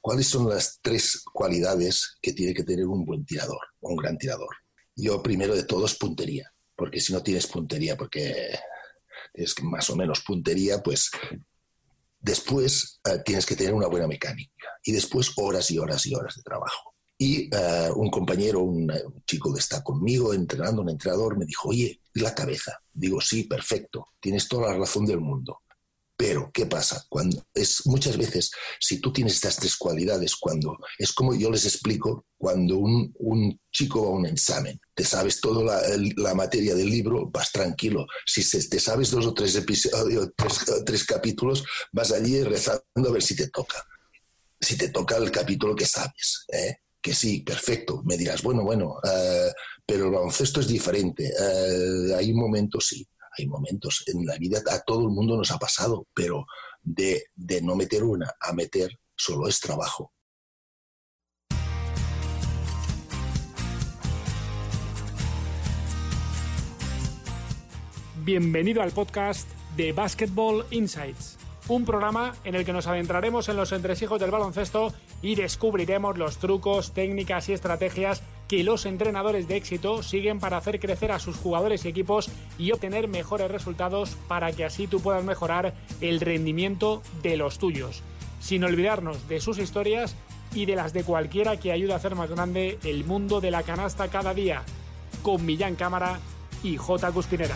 ¿cuáles son las 3 cualidades que tiene que tener un buen tirador, un gran tirador? Yo, primero de todo, es puntería, porque si no tienes puntería, porque es más o menos puntería, pues después tienes que tener una buena mecánica y después horas y horas y horas de trabajo. Y un compañero, un chico que está conmigo entrenando, un entrenador, me dijo, oye, ¿y la cabeza? Digo, sí, perfecto, tienes toda la razón del mundo. Pero, ¿qué pasa? Muchas veces, si tú tienes estas 3 cualidades, es como yo les explico, cuando un chico va a un examen, te sabes toda la materia del libro, vas tranquilo. Si te sabes 2 o 3 episodios, 3 capítulos, vas allí rezando a ver si te toca. Si te toca el capítulo que sabes, que sí, perfecto. Me dirás, bueno, pero el baloncesto es diferente. Hay momentos, sí. Hay momentos en la vida, a todo el mundo nos ha pasado, pero de no meter una a meter solo es trabajo. Bienvenido al podcast de Basketball Insights, un programa en el que nos adentraremos en los entresijos del baloncesto y descubriremos los trucos, técnicas y estrategias que los entrenadores de éxito siguen para hacer crecer a sus jugadores y equipos y obtener mejores resultados para que así tú puedas mejorar el rendimiento de los tuyos, sin olvidarnos de sus historias y de las de cualquiera que ayude a hacer más grande el mundo de la canasta cada día, con Millán Cámara y J. Cuspinera.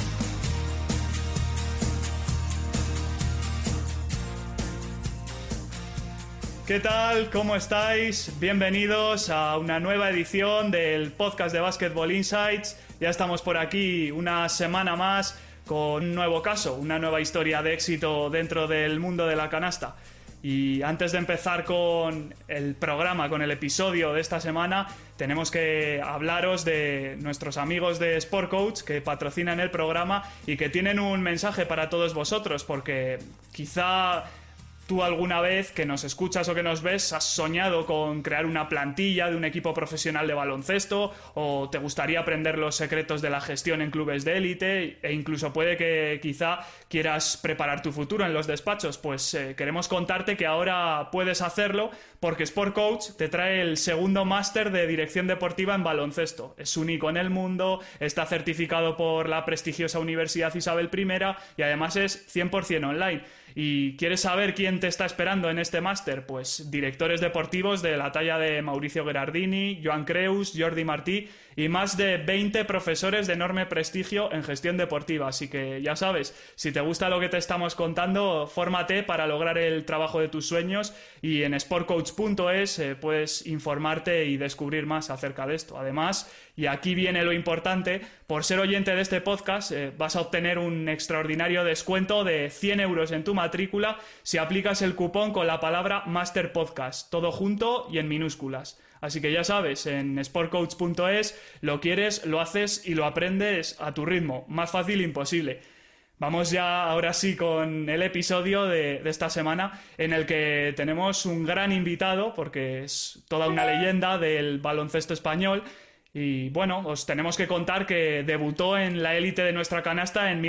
¿Qué tal? ¿Cómo estáis? Bienvenidos a una nueva edición del podcast de Basketball Insights. Ya estamos por aquí una semana más con un nuevo caso, una nueva historia de éxito dentro del mundo de la canasta. Y antes de empezar con el programa, con el episodio de esta semana, tenemos que hablaros de nuestros amigos de Sport Coach que patrocinan el programa y que tienen un mensaje para todos vosotros, porque quizá tú alguna vez que nos escuchas o que nos ves has soñado con crear una plantilla de un equipo profesional de baloncesto, o te gustaría aprender los secretos de la gestión en clubes de élite, e incluso puede que quizá quieras preparar tu futuro en los despachos. Pues queremos contarte que ahora puedes hacerlo, porque Sport Coach te trae el segundo máster de dirección deportiva en baloncesto. Es único en el mundo, está certificado por la prestigiosa Universidad Isabel I y además es 100% online. ¿Y quieres saber quién te está esperando en este máster? Pues directores deportivos de la talla de Mauricio Gherardini, Joan Creus, Jordi Martí y más de 20 profesores de enorme prestigio en gestión deportiva. Así que ya sabes, si te gusta lo que te estamos contando, fórmate para lograr el trabajo de tus sueños, y en sportcoach.es puedes informarte y descubrir más acerca de esto. Además, y aquí viene lo importante, por ser oyente de este podcast vas a obtener un extraordinario descuento de 100 euros en tu matrícula si aplicas el cupón con la palabra MasterPodcast, todo junto y en minúsculas. Así que ya sabes, en sportcoach.es lo quieres, lo haces y lo aprendes a tu ritmo. Más fácil imposible. Vamos ya ahora sí con el episodio de esta semana, en el que tenemos un gran invitado, porque es toda una leyenda del baloncesto español. Y bueno, os tenemos que contar que debutó en la élite de nuestra canasta en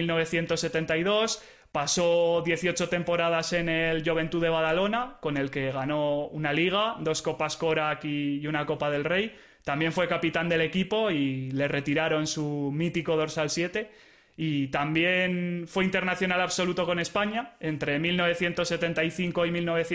1972, pasó 18 temporadas en el Joventut de Badalona, con el que ganó una liga, 2 Copas Korak y una Copa del Rey. También fue capitán del equipo y le retiraron su mítico dorsal 7. Y también fue internacional absoluto con España entre 1975 y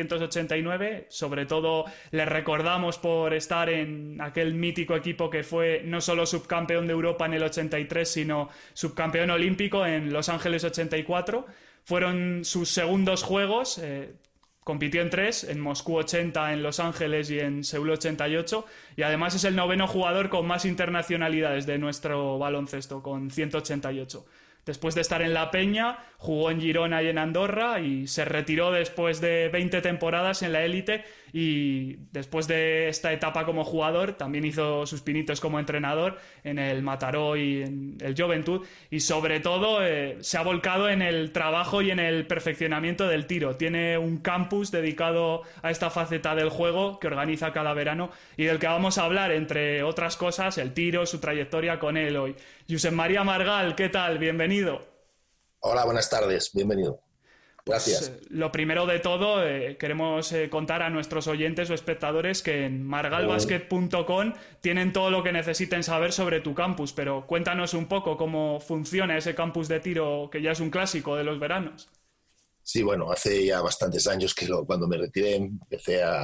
1989. Sobre todo le recordamos por estar en aquel mítico equipo que fue no solo subcampeón de Europa en el 83, sino subcampeón olímpico en Los Ángeles 84. Fueron sus segundos juegos. Compitió en 3, en Moscú 80, en Los Ángeles y en Seúl 88, y además es el 9º jugador con más internacionalidades de nuestro baloncesto, con 188. Después de estar en La Peña, jugó en Girona y en Andorra y se retiró después de 20 temporadas en la élite, y después de esta etapa como jugador también hizo sus pinitos como entrenador en el Mataró y en el Joventut, y sobre todo se ha volcado en el trabajo y en el perfeccionamiento del tiro. Tiene un campus dedicado a esta faceta del juego que organiza cada verano y del que vamos a hablar, entre otras cosas, el tiro, su trayectoria con él hoy. Josep María Margal, ¿qué tal? Bienvenido. Hola, buenas tardes, bienvenido. Gracias. Lo primero de todo, queremos contar a nuestros oyentes o espectadores que en margalbasket.com tienen todo lo que necesiten saber sobre tu campus, pero cuéntanos un poco cómo funciona ese campus de tiro que ya es un clásico de los veranos. Sí, bueno, hace ya bastantes años que cuando me retiré empecé a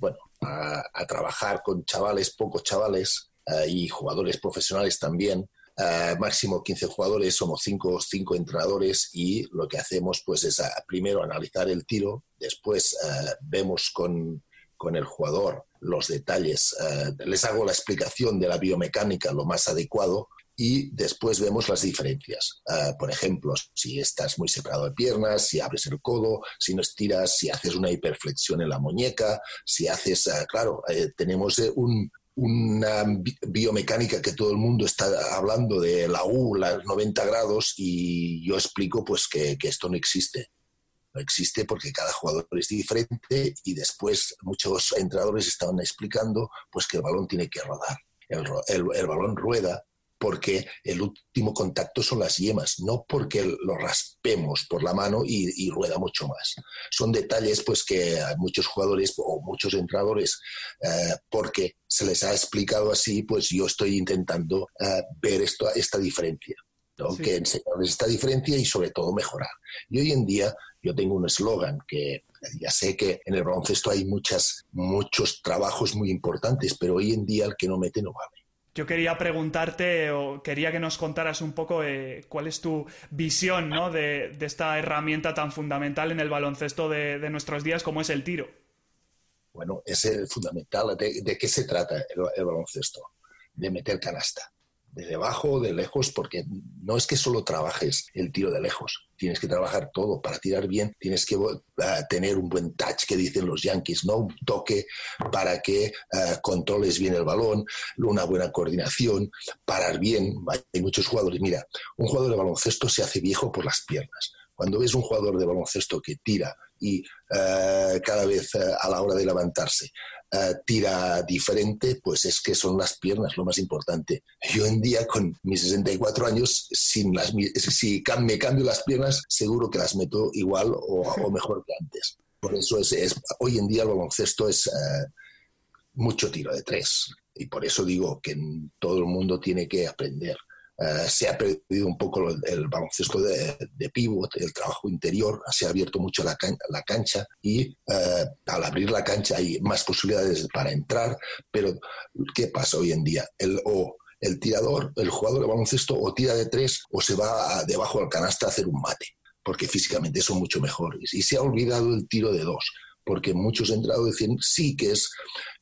trabajar con chavales, pocos chavales y jugadores profesionales también. Máximo 15 jugadores, somos 5 entrenadores y lo que hacemos pues es primero analizar el tiro, después vemos con el jugador los detalles, les hago la explicación de la biomecánica lo más adecuado y después vemos las diferencias. Por ejemplo, si estás muy separado de piernas, si abres el codo, si no estiras, si haces una hiperflexión en la muñeca, si haces, tenemos una biomecánica que todo el mundo está hablando de la U, los 90 grados, y yo explico pues que esto no existe. No existe porque cada jugador es diferente y después muchos entrenadores estaban explicando pues que el balón tiene que rodar. El balón rueda porque el último contacto son las yemas, no porque lo raspemos por la mano y rueda mucho más. Son detalles pues que a muchos jugadores o muchos entrenadores, porque se les ha explicado así, pues yo estoy intentando ver esta diferencia, ¿no? Sí. Que enseñarles esta diferencia y sobre todo mejorar. Y hoy en día yo tengo un eslogan que ya sé que en el baloncesto hay muchos trabajos muy importantes, pero hoy en día el que no mete no vale. Yo quería preguntarte, o quería que nos contaras un poco cuál es tu visión, ¿no?, de esta herramienta tan fundamental en el baloncesto de nuestros días como es el tiro. Bueno, es fundamental. ¿De qué se trata el baloncesto? De meter canasta. De debajo, de lejos, porque no es que solo trabajes el tiro de lejos. Tienes que trabajar todo. Para tirar bien tienes que tener un buen touch, que dicen los Yankees, ¿no? Un toque para que controles bien el balón, una buena coordinación, parar bien. Hay muchos jugadores. Mira, un jugador de baloncesto se hace viejo por las piernas. Cuando ves un jugador de baloncesto que tira y cada vez a la hora de levantarse tira diferente, pues es que son las piernas lo más importante. Yo en día con mis 64 años, si me cambio las piernas, seguro que las meto igual o mejor que antes. Por eso hoy en día el baloncesto es mucho tiro de tres y por eso digo que todo el mundo tiene que aprender. Se ha perdido un poco el baloncesto de pívot, el trabajo interior, se ha abierto mucho la cancha y al abrir la cancha hay más posibilidades para entrar, pero ¿qué pasa hoy en día? El tirador, el jugador de baloncesto o tira de tres o se va debajo del canasta a hacer un mate, porque físicamente son mucho mejores. Y se ha olvidado el tiro de dos, porque muchos entrenadores dicen sí que es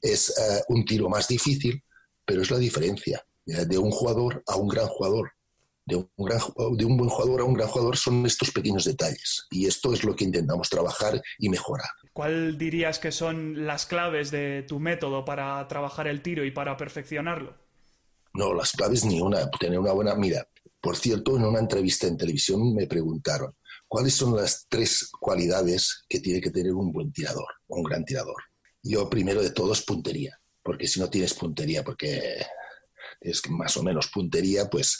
un tiro más difícil, pero es la diferencia. De un jugador a un gran jugador, de un buen jugador a un gran jugador, son estos pequeños detalles. Y esto es lo que intentamos trabajar y mejorar. ¿Cuál dirías que son las claves de tu método para trabajar el tiro y para perfeccionarlo? No, las claves ni una. Tener una buena... Mira, por cierto, en una entrevista en televisión me preguntaron ¿cuáles son las 3 cualidades que tiene que tener un buen tirador, un gran tirador? Yo, primero de todo, es puntería. Porque si no tienes puntería, porque... es más o menos puntería, pues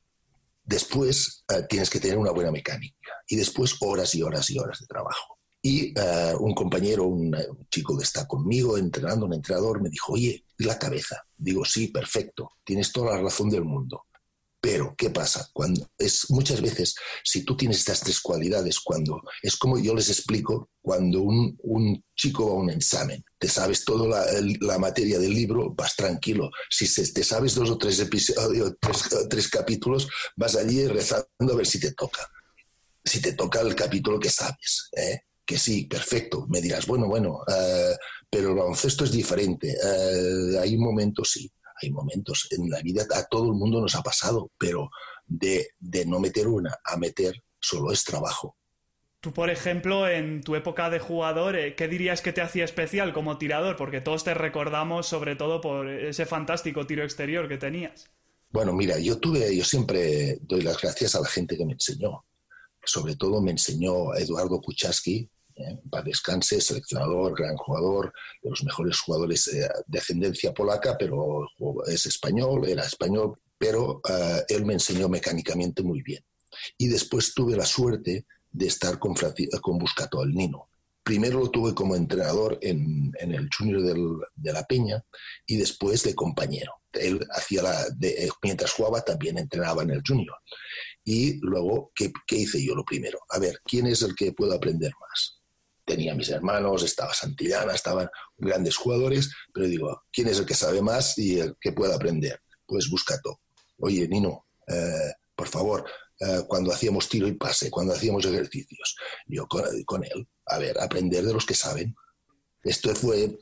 después tienes que tener una buena mecánica y después horas y horas y horas de trabajo. Y un compañero, un chico que está conmigo entrenando, un entrenador, me dijo, oye, ¿y la cabeza? Digo, sí, perfecto, tienes toda la razón del mundo. Pero, ¿qué pasa? Muchas veces, si tú tienes estas 3 cualidades, es como yo les explico, cuando un chico va a un examen, te sabes toda la materia del libro, vas tranquilo. Si te sabes 2 o 3 episodios, 3 capítulos, vas allí rezando a ver si te toca. Si te toca el capítulo que sabes, que sí, perfecto. Me dirás, bueno, pero el baloncesto es diferente. Hay momentos, sí. Hay momentos en la vida, a todo el mundo nos ha pasado, pero de no meter una a meter solo es trabajo. Tú, por ejemplo, en tu época de jugador, ¿qué dirías que te hacía especial como tirador? Porque todos te recordamos sobre todo por ese fantástico tiro exterior que tenías. Bueno, mira, yo siempre doy las gracias a la gente que me enseñó. Sobre todo me enseñó Eduardo Kucharski, para descanse, seleccionador, gran jugador, de los mejores jugadores de ascendencia polaca, pero era español, pero él me enseñó mecánicamente muy bien. Y después tuve la suerte de estar con Buscató, el Nino. Primero lo tuve como entrenador en el junior de la Peña y después de compañero. Él mientras jugaba también entrenaba en el junior. Y luego, ¿qué hice yo lo primero? A ver, ¿quién es el que puedo aprender más? Tenía mis hermanos, estaba Santillana, estaban grandes jugadores, pero digo, ¿quién es el que sabe más y el que pueda aprender? Pues Buscató. Oye, Nino, por favor, cuando hacíamos tiro y pase, cuando hacíamos ejercicios, yo con él, a ver, aprender de los que saben. Esto fue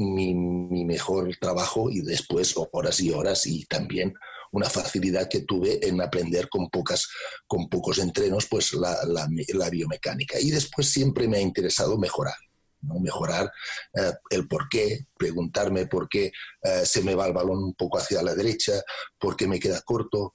mi mejor trabajo y después horas y horas y también una facilidad que tuve en aprender con pocos entrenos pues la biomecánica. Y después siempre me ha interesado mejorar, ¿no? Mejorar el por qué, preguntarme por qué se me va el balón un poco hacia la derecha, por qué me queda corto,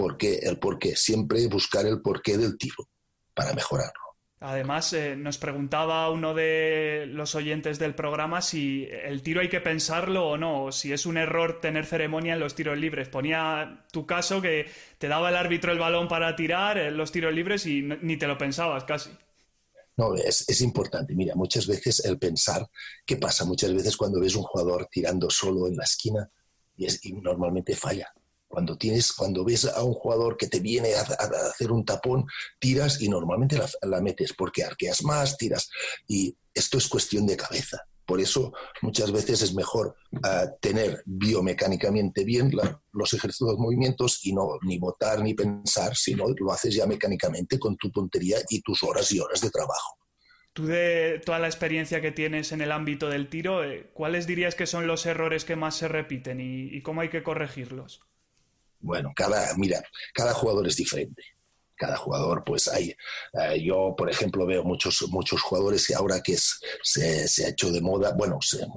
el por qué. Siempre buscar el porqué del tiro para mejorarlo. Además, nos preguntaba uno de los oyentes del programa si el tiro hay que pensarlo o no, o si es un error tener ceremonia en los tiros libres. Ponía tu caso que te daba el árbitro el balón para tirar en los tiros libres y ni te lo pensabas casi. No, es importante. Mira, muchas veces el pensar, ¿qué pasa? Muchas veces cuando ves un jugador tirando solo en la esquina y normalmente falla. Cuando ves a un jugador que te viene a hacer un tapón, tiras y normalmente la metes porque arqueas más, tiras. Y esto es cuestión de cabeza. Por eso muchas veces es mejor tener biomecánicamente bien los ejercicios, los movimientos y no ni votar ni pensar, sino lo haces ya mecánicamente con tu puntería y tus horas y horas de trabajo. Tú, de toda la experiencia que tienes en el ámbito del tiro, ¿cuáles dirías que son los errores que más se repiten y cómo hay que corregirlos? Bueno, cada jugador es diferente. Cada jugador, pues hay... yo, por ejemplo, veo muchos jugadores que ahora que se ha hecho de moda, bueno,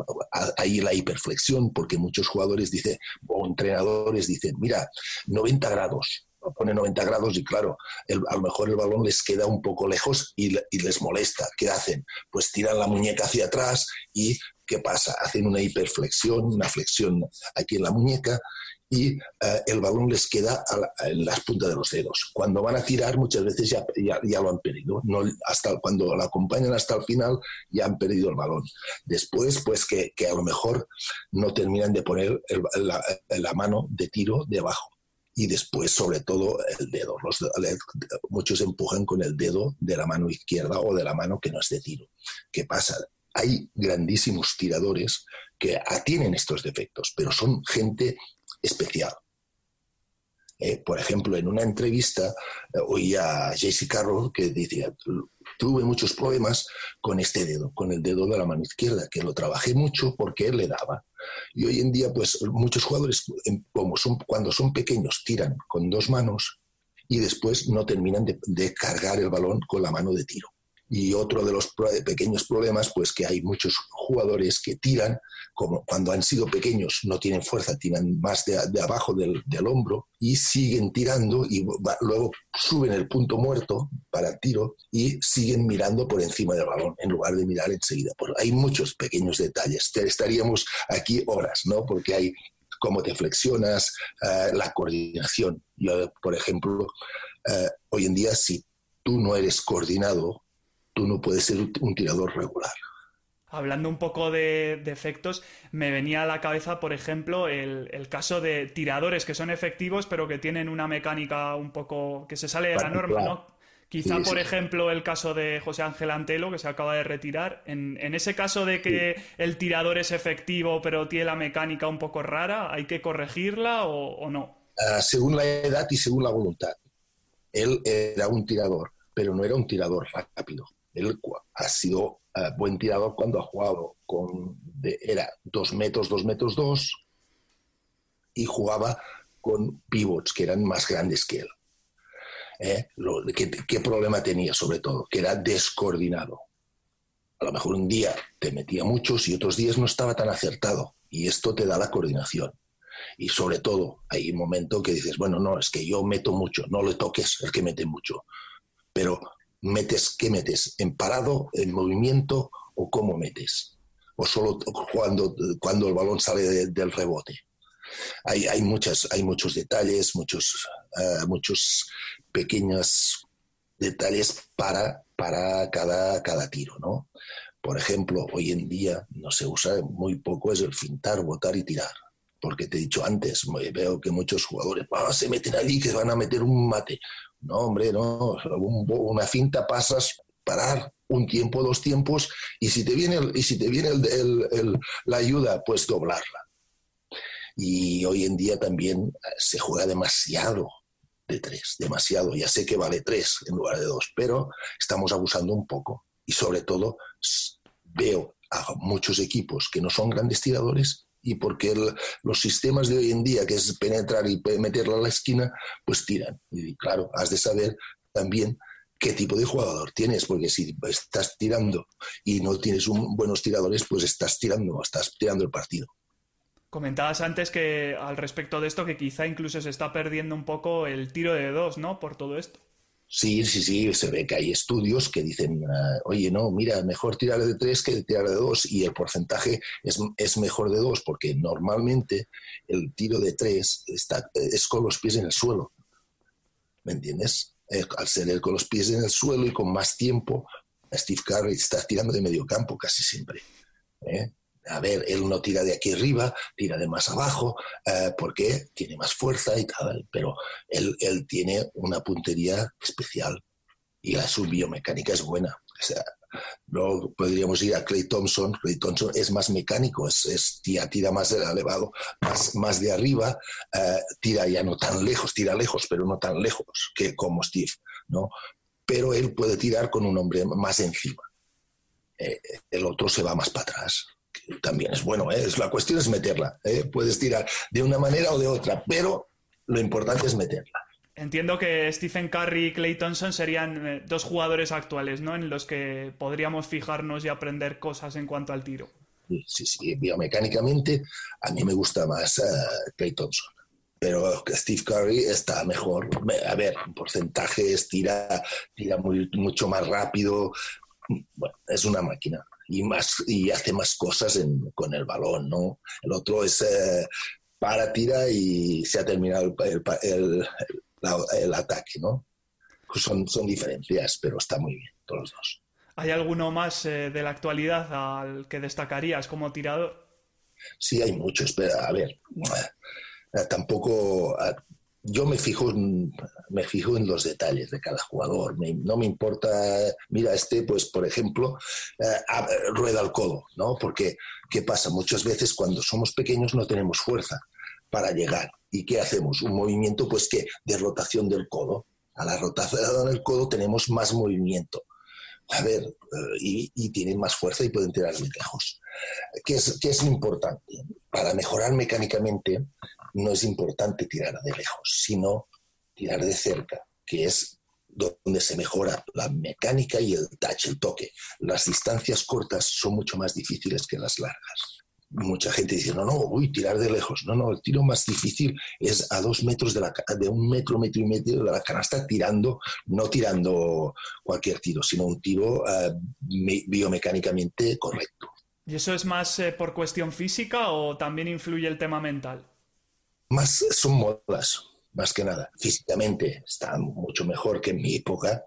hay la hiperflexión, porque muchos jugadores dicen, o entrenadores dicen, mira, 90 grados, pone 90 grados y claro, a lo mejor el balón les queda un poco lejos y les molesta. ¿Qué hacen? Pues tiran la muñeca hacia atrás y ¿qué pasa? Hacen una hiperflexión, una flexión aquí en la muñeca y el balón les queda en las puntas de los dedos. Cuando van a tirar muchas veces ya lo han perdido. No, cuando la acompañan hasta el final ya han perdido el balón. Después pues que a lo mejor no terminan de poner la mano de tiro debajo. Y después, sobre todo, el dedo. Muchos empujan con el dedo de la mano izquierda o de la mano que no es de tiro. ¿Qué pasa? Hay grandísimos tiradores que tienen estos defectos, pero son gente especial. Por ejemplo, en una entrevista oí a JC Carroll que decía, tuve muchos problemas con este dedo, con el dedo de la mano izquierda, que lo trabajé mucho porque él le daba. Y hoy en día, pues muchos jugadores, cuando son pequeños, tiran con dos manos y después no terminan de cargar el balón con la mano de tiro. Y otro de los pequeños problemas, pues que hay muchos jugadores que tiran, como cuando han sido pequeños no tienen fuerza, tiran más de abajo del hombro y siguen tirando y luego suben el punto muerto para el tiro y siguen mirando por encima del balón en lugar de mirar enseguida. Pues hay muchos pequeños detalles. Estaríamos aquí horas, ¿no? Porque hay cómo te flexionas, la coordinación. Yo, por ejemplo, hoy en día si tú no eres coordinado, tú no puedes ser un tirador regular. Hablando un poco de efectos, me venía a la cabeza, por ejemplo, el caso de tiradores que son efectivos, pero que tienen una mecánica un poco que se sale de la norma, ¿no? Quizá, sí, por ejemplo, el caso de José Ángel Antelo, que se acaba de retirar. En ese caso de que el tirador es efectivo, pero tiene la mecánica un poco rara, ¿hay que corregirla o no? Según la edad y según la voluntad. Él era un tirador, pero no era un tirador rápido. Él ha sido buen tirador cuando ha jugado era 2 metros, 2 metros 2 y jugaba con pivots que eran más grandes que él. ¿Qué problema tenía sobre todo? Que era descoordinado. A lo mejor un día te metía muchos y otros días no estaba tan acertado y esto te da la coordinación. Y sobre todo hay un momento que dices, bueno, no, es que yo meto mucho, no le toques el que mete mucho. Pero ¿qué metes? ¿En parado, en movimiento o cómo metes? ¿O solo cuando el balón sale del rebote? Hay muchos detalles, muchos pequeños detalles para cada tiro, ¿no? Por ejemplo, hoy en día no se usa muy poco es el fintar, botar y tirar. Porque te he dicho antes, veo que muchos jugadores se meten allí que van a meter un mate. No, hombre, no. Una finta pasas, parar un tiempo, 2 tiempos, y si te viene la ayuda, pues doblarla. Y hoy en día también se juega demasiado de 3, demasiado. Ya sé que vale 3 en lugar de 2, pero estamos abusando un poco. Y sobre todo veo a muchos equipos que no son grandes tiradores y porque los sistemas de hoy en día, que es penetrar y meterla a la esquina, pues tiran. Y claro, has de saber también qué tipo de jugador tienes, porque si estás tirando y no tienes buenos tiradores, pues estás tirando el partido. Comentabas antes que al respecto de esto que quizá incluso se está perdiendo un poco el tiro de 2, ¿no? Por todo esto. Sí, se ve que hay estudios que dicen, oye, no, mira, mejor tirar de 3 que tirar de 2 y el porcentaje es mejor de 2 porque normalmente el tiro de 3 es con los pies en el suelo, ¿me entiendes? Al ser él con los pies en el suelo y con más tiempo, Steve Curry está tirando de medio campo casi siempre, ¿eh? A ver, él no tira de aquí arriba, tira de más abajo, porque tiene más fuerza y tal, pero él tiene una puntería especial y su biomecánica es buena. O sea, luego podríamos ir a Klay Thompson. Klay Thompson es más mecánico, tira más elevado, más de arriba, tira ya no tan lejos, tira lejos, pero no tan lejos que como Steve, ¿no? Pero él puede tirar con un hombre más encima. El otro se va más para atrás. También es bueno, la cuestión es meterla, puedes tirar de una manera o de otra, pero lo importante es meterla. Entiendo que Stephen Curry y Klay Thompson serían 2 jugadores actuales, ¿no? En los que podríamos fijarnos y aprender cosas en cuanto al tiro. Sí, biomecánicamente a mí me gusta más Klay Thompson, pero Steve Curry está mejor. A ver, porcentajes, tira mucho más rápido, bueno, es una máquina. Y hace más cosas con el balón, ¿no? El otro es tira y se ha terminado el ataque, ¿no? Son diferencias, pero está muy bien, todos los dos. ¿Hay alguno más de la actualidad al que destacarías como tirador? Sí, hay muchos, pero a ver, tampoco... Yo me fijo en los detalles de cada jugador. No me importa, mira, pues por ejemplo, rueda el codo, ¿no? Porque, ¿qué pasa? Muchas veces cuando somos pequeños no tenemos fuerza para llegar. ¿Y qué hacemos? Un movimiento, pues, ¿qué? De rotación del codo. A la rotación del codo tenemos más movimiento. A ver, y tienen más fuerza y pueden tirar de lejos. ¿Qué es lo importante? Para mejorar mecánicamente no es importante tirar de lejos, sino tirar de cerca, que es donde se mejora la mecánica y el touch, el toque. Las distancias cortas son mucho más difíciles que las largas. Mucha gente dice, tirar de lejos. No, el tiro más difícil es a 2 metros de 1 metro, metro y medio de la canasta, no tirando cualquier tiro, sino un tiro biomecánicamente correcto. ¿Y eso es más por cuestión física o también influye el tema mental? Más son modas, más que nada. Físicamente está mucho mejor que en mi época.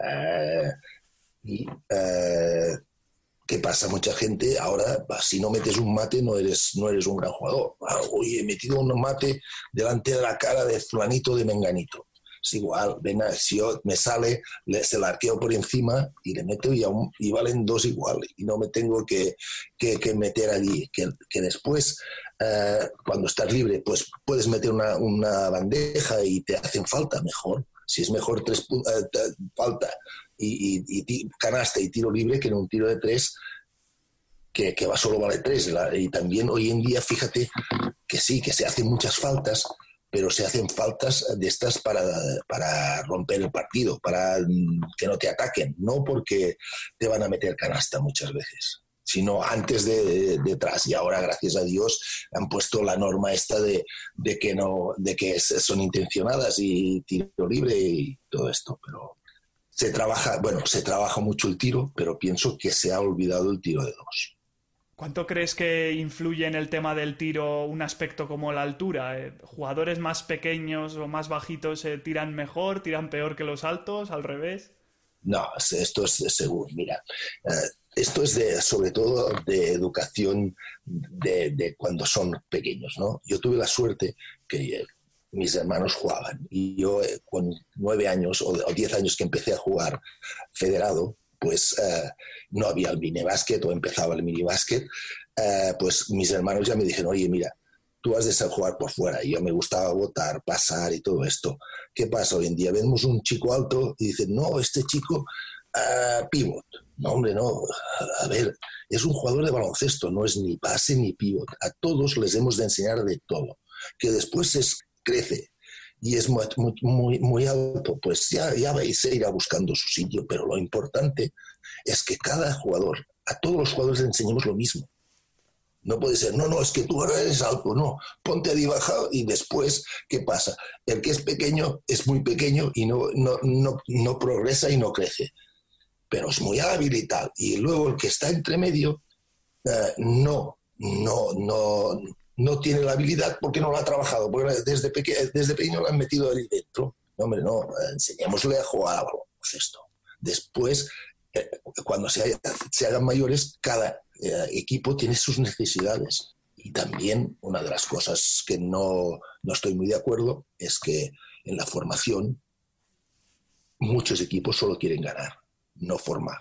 ¿Qué pasa? Mucha gente ahora, si no metes un mate, no eres un gran jugador. Oye, he metido un mate delante de la cara de fulanito de menganito. Es igual, si yo me sale, se la arqueo por encima y le meto y valen 2 igual. Y no me tengo que meter allí. Que después, cuando estás libre, pues puedes meter una bandeja y te hacen falta mejor. Si es mejor 3 falta y canasta y tiro libre que en un tiro de 3 que solo vale 3. Y también hoy en día, fíjate que sí, que se hacen muchas faltas, pero se hacen faltas de estas para romper el partido, para que no te ataquen, no porque te van a meter canasta muchas veces, sino antes de detrás. Y ahora, gracias a Dios, han puesto la norma esta de que son intencionadas y tiro libre y todo esto. Pero se trabaja mucho el tiro, pero pienso que se ha olvidado el tiro de 2. ¿Cuánto crees que influye en el tema del tiro un aspecto como la altura? ¿Jugadores más pequeños o más bajitos tiran mejor, tiran peor que los altos, al revés? No, esto es seguro. Mira, esto es sobre todo de educación de cuando son pequeños, ¿no? Yo tuve la suerte que mis hermanos jugaban y yo con 9 años o 10 años que empecé a jugar federado, pues no había el minibásquet o empezaba el minibásquet, pues mis hermanos ya me dijeron, oye, mira, tú has de saber jugar por fuera. Y yo me gustaba botar, pasar y todo esto. ¿Qué pasa hoy en día? Vemos un chico alto y dicen, no, este chico pivot. No, hombre, no. A ver, es un jugador de baloncesto, no es ni base ni pivot. A todos les hemos de enseñar de todo. Que después crece y es muy alto, pues ya vais a ir buscando su sitio, pero lo importante es que cada jugador, a todos los jugadores les enseñemos lo mismo. No puede ser, no, es que tú ahora eres alto, no, ponte ahí bajado y después, ¿qué pasa? El que es pequeño es muy pequeño y no progresa y no crece, pero es muy hábil y tal. Y luego el que está entre medio no tiene la habilidad porque no lo ha trabajado, porque desde pequeño lo han metido ahí dentro. No, hombre, no, enseñémosle a jugar a baloncesto. Después, cuando se hagan mayores, cada equipo tiene sus necesidades. Y también una de las cosas que no estoy muy de acuerdo es que en la formación muchos equipos solo quieren ganar, no formar.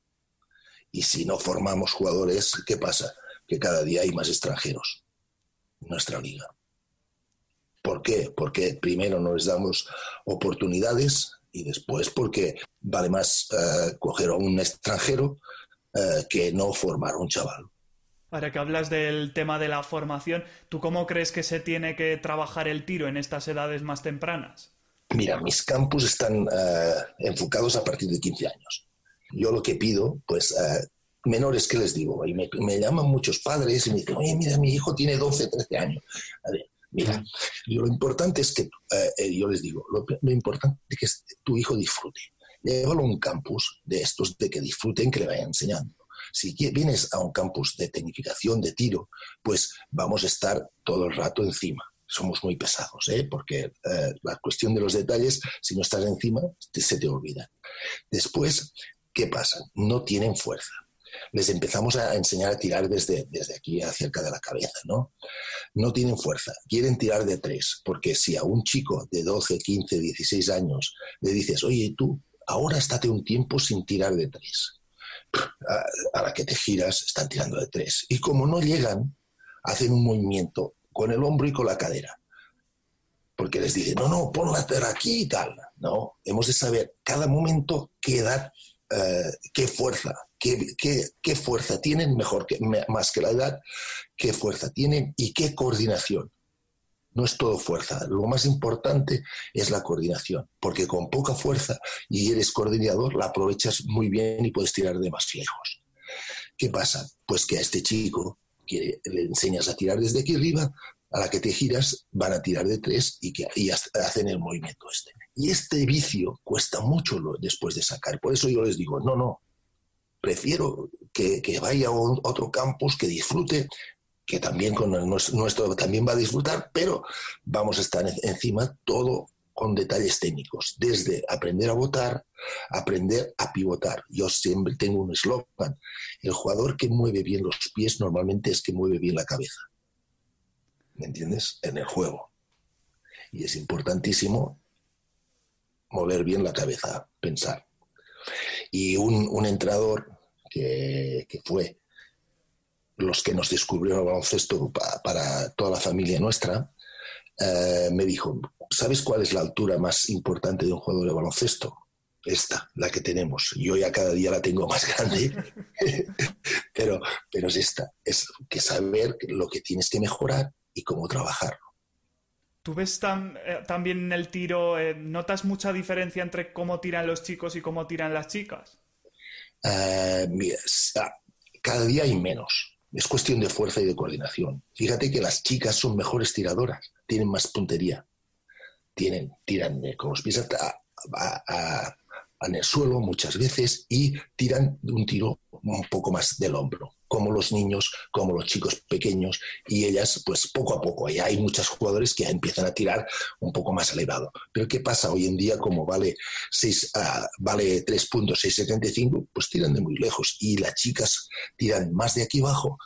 Y si no formamos jugadores, ¿qué pasa? Que cada día hay más extranjeros en nuestra liga. ¿Por qué? Porque primero no les damos oportunidades y después porque vale más coger a un extranjero que no formar a un chaval. Ahora que hablas del tema de la formación, ¿tú cómo crees que se tiene que trabajar el tiro en estas edades más tempranas? Mira, mis campus están enfocados a partir de 15 años. Yo lo que pido, pues, menores, ¿qué les digo? Y me llaman muchos padres y me dicen, oye, mira, mi hijo tiene 12, 13 años. A ver, mira, lo importante es que, yo les digo, lo importante es que tu hijo disfrute. Llévalo a un campus de estos de que disfruten, que le vayan enseñando. Si vienes a un campus de tecnificación, de tiro, pues vamos a estar todo el rato encima. Somos muy pesados, porque la cuestión de los detalles, si no estás encima, se te olvida. Después, ¿qué pasa? No tienen fuerza. Les empezamos a enseñar a tirar desde aquí cerca de la cabeza, ¿no? No tienen fuerza, quieren tirar de 3, porque si a un chico de 12, 15, 16 años le dices, oye, tú, ahora estate un tiempo sin tirar de 3. A la que te giras, están tirando de 3. Y como no llegan, hacen un movimiento con el hombro y con la cadera. Porque les dicen, no, pon la tela aquí y tal. No, hemos de saber cada momento qué edad, qué fuerza, qué fuerza tienen, más que la edad, qué fuerza tienen y qué coordinación. No es todo fuerza, lo más importante es la coordinación, porque con poca fuerza y eres coordinador, la aprovechas muy bien y puedes tirar de más lejos. ¿Qué pasa? Pues que a este chico que le enseñas a tirar desde aquí arriba, a la que te giras van a tirar de 3 y hacen el movimiento este. Y este vicio cuesta mucho después de sacar, por eso yo les digo, no, prefiero que vaya a otro campus, que disfrute, que también con el nuestro también va a disfrutar, pero vamos a estar encima todo con detalles técnicos, desde aprender a botar, aprender a pivotar. Yo siempre tengo un eslogan, el jugador que mueve bien los pies normalmente es que mueve bien la cabeza. ¿Me entiendes? En el juego. Y es importantísimo mover bien la cabeza, pensar. Y un entrenador que fue los que nos descubrieron el baloncesto para toda la familia nuestra, me dijo, ¿sabes cuál es la altura más importante de un jugador de baloncesto? Esta, la que tenemos. Yo ya cada día la tengo más grande, pero es esta. Es que saber lo que tienes que mejorar y cómo trabajarlo. ¿Tú ves también en el tiro, notas mucha diferencia entre cómo tiran los chicos y cómo tiran las chicas? Mira, cada día hay menos. Es cuestión de fuerza y de coordinación. Fíjate que las chicas son mejores tiradoras, tienen más puntería, tiran con los pies en el suelo muchas veces y tiran un tiro un poco más del hombro. como los niños, como los chicos pequeños, y ellas, pues poco a poco, ya hay muchos jugadores que empiezan a tirar un poco más elevado. Pero ¿qué pasa? Hoy en día, como vale 3 puntos, 6,75, pues tiran de muy lejos, y las chicas tiran más de aquí abajo,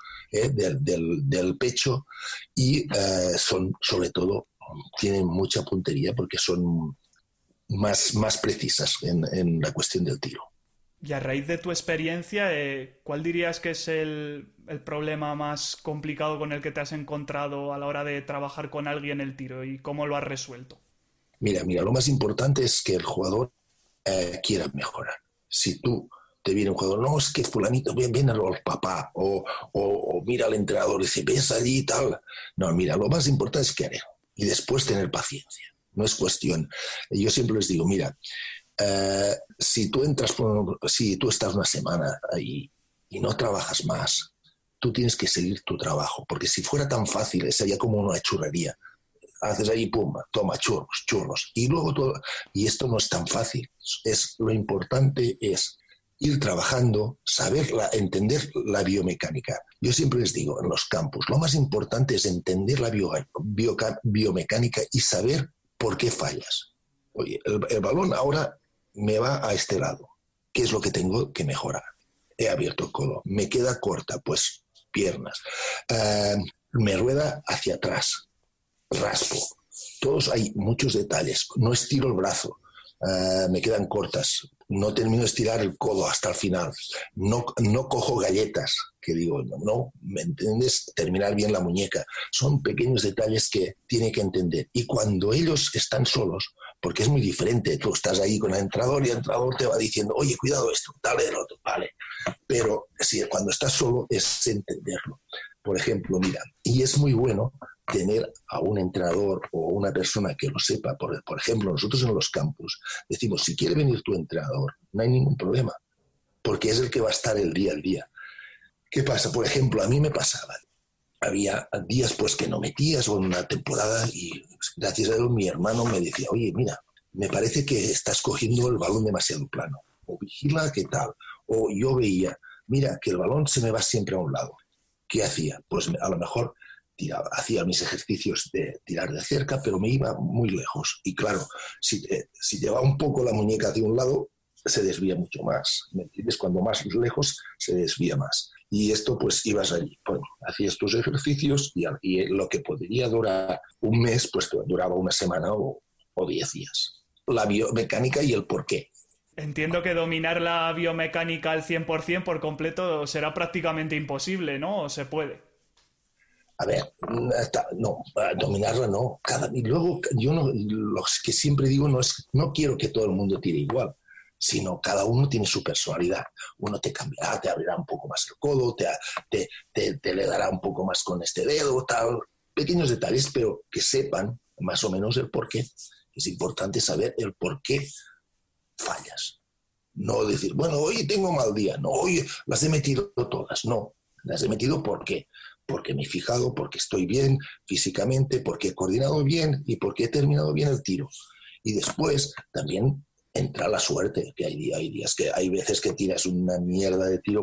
del pecho, y son, sobre todo, tienen mucha puntería porque son más precisas en la cuestión del tiro. Y a raíz de tu experiencia, ¿cuál dirías que es el problema más complicado con el que te has encontrado a la hora de trabajar con alguien el tiro y cómo lo has resuelto? Mira, lo más importante es que el jugador quiera mejorar. Si tú te viene un jugador, no, es que fulanito, viene al papá, o mira al entrenador y dice, ves allí y tal. No, mira, lo más importante es querer y después tener paciencia. No es cuestión. Yo siempre les digo, mira, si tú estás una semana ahí y no trabajas más, tú tienes que seguir tu trabajo, porque si fuera tan fácil, sería como una churrería. Haces ahí, pum, toma, churros, y luego todo. Y esto no es tan fácil. Lo importante es ir trabajando, entender la biomecánica. Yo siempre les digo, en los campus, lo más importante es entender la biomecánica y saber por qué fallas. Oye, el balón ahora me va a este lado. ¿Qué es lo que tengo que mejorar? He abierto el codo. Me queda corta, pues piernas. Me rueda hacia atrás. Raspo. Hay muchos detalles. No estiro el brazo. Me quedan cortas. No termino de estirar el codo hasta el final. No cojo galletas, que digo, no, ¿me entiendes? Terminar bien la muñeca. Son pequeños detalles que tiene que entender. Y cuando ellos están solos, porque es muy diferente, tú estás ahí con el entrenador y el entrenador te va diciendo, oye, cuidado esto, dale el otro, vale. Pero sí, cuando estás solo es entenderlo. Por ejemplo, mira, y es muy bueno tener a un entrenador o una persona que lo sepa. Por ejemplo, nosotros en los campus decimos, si quiere venir tu entrenador, no hay ningún problema, porque es el que va a estar el día al día. ¿Qué pasa? Por ejemplo, a mí me pasaba. Había días pues que no metías o en una temporada y gracias a Dios mi hermano me decía, oye, mira, me parece que estás cogiendo el balón demasiado plano, o vigila qué tal, o yo veía, mira, que el balón se me va siempre a un lado. ¿Qué hacía? Pues a lo mejor hacía mis ejercicios de tirar de cerca, pero me iba muy lejos. Y claro, si lleva un poco la muñeca hacia un lado, se desvía mucho más. ¿Me entiendes? Cuando más lejos, se desvía más. Y esto, pues, ibas allí. Bueno, hacías tus ejercicios y lo que podría durar un mes, pues duraba una semana o 10 días. La biomecánica y el porqué. Entiendo que dominar la biomecánica al 100% por completo será prácticamente imposible, ¿no? ¿O se puede? A ver, no, dominarla no. Y luego, yo no, lo que siempre digo no quiero que todo el mundo tire igual, sino cada uno tiene su personalidad. Uno te cambiará, te abrirá un poco más el codo, te le dará un poco más con este dedo, tal. Pequeños detalles, pero que sepan más o menos el porqué. Es importante saber el porqué fallas. No decir, bueno, hoy tengo mal día, no, hoy las he metido todas. No, las he metido ¿por qué? Porque me he fijado, porque estoy bien físicamente, porque he coordinado bien y porque he terminado bien el tiro. Y después también entra la suerte, que hay días que hay veces que tiras una mierda de tiro,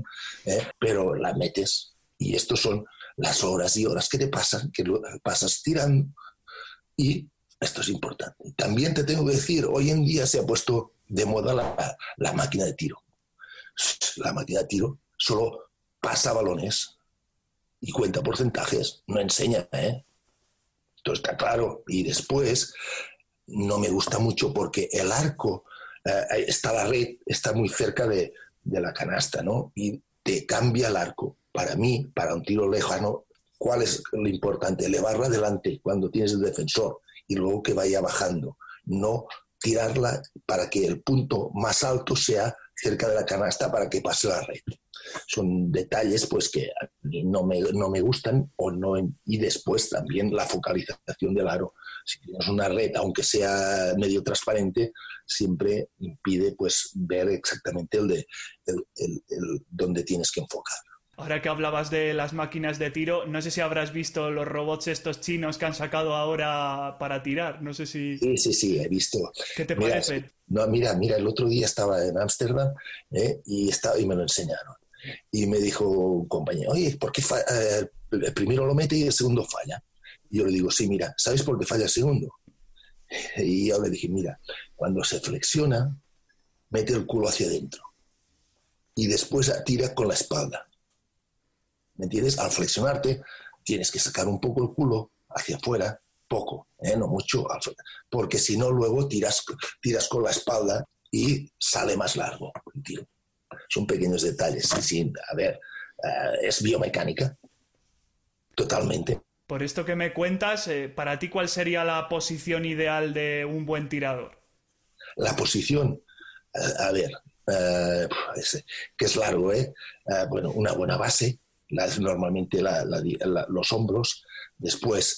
pero la metes. Y estos son las horas y horas que te pasan, que pasas tirando. Y esto es importante. También te tengo que decir, hoy en día se ha puesto de moda la máquina de tiro. La máquina de tiro solo pasa balones y cuenta porcentajes, no enseña, Esto está claro. Y después no me gusta mucho porque el arco, la red está muy cerca de la canasta, ¿no? Y te cambia el arco. Para mí, para un tiro lejano, ¿cuál es lo importante? Elevarla adelante cuando tienes el defensor y luego que vaya bajando. No tirarla para que el punto más alto sea cerca de la canasta para que pase la red. Son detalles pues que a mí no me gustan o no. Y después también la focalización del aro. Si tienes una red, aunque sea medio transparente, siempre impide pues ver exactamente donde tienes que enfocar. Ahora que hablabas de las máquinas de tiro, no sé si habrás visto los robots estos chinos que han sacado ahora para tirar. No sé si... Sí, he visto. ¿Qué te parece? No, mira, el otro día estaba en Ámsterdam y me lo enseñaron. Y me dijo un compañero, oye, ¿por qué el primero lo mete y el segundo falla? Y yo le digo, sí, mira, ¿sabes por qué falla el segundo? Y yo le dije, mira, cuando se flexiona, mete el culo hacia adentro y después tira con la espalda. ¿Me entiendes? Al flexionarte, tienes que sacar un poco el culo hacia afuera, poco, no mucho, porque si no luego tiras con la espalda y sale más largo el tiro. Son pequeños detalles, sí, a ver, es biomecánica, totalmente. Por esto que me cuentas, para ti, ¿cuál sería la posición ideal de un buen tirador? La posición, a ver, que es largo, bueno, una buena base, normalmente los hombros, después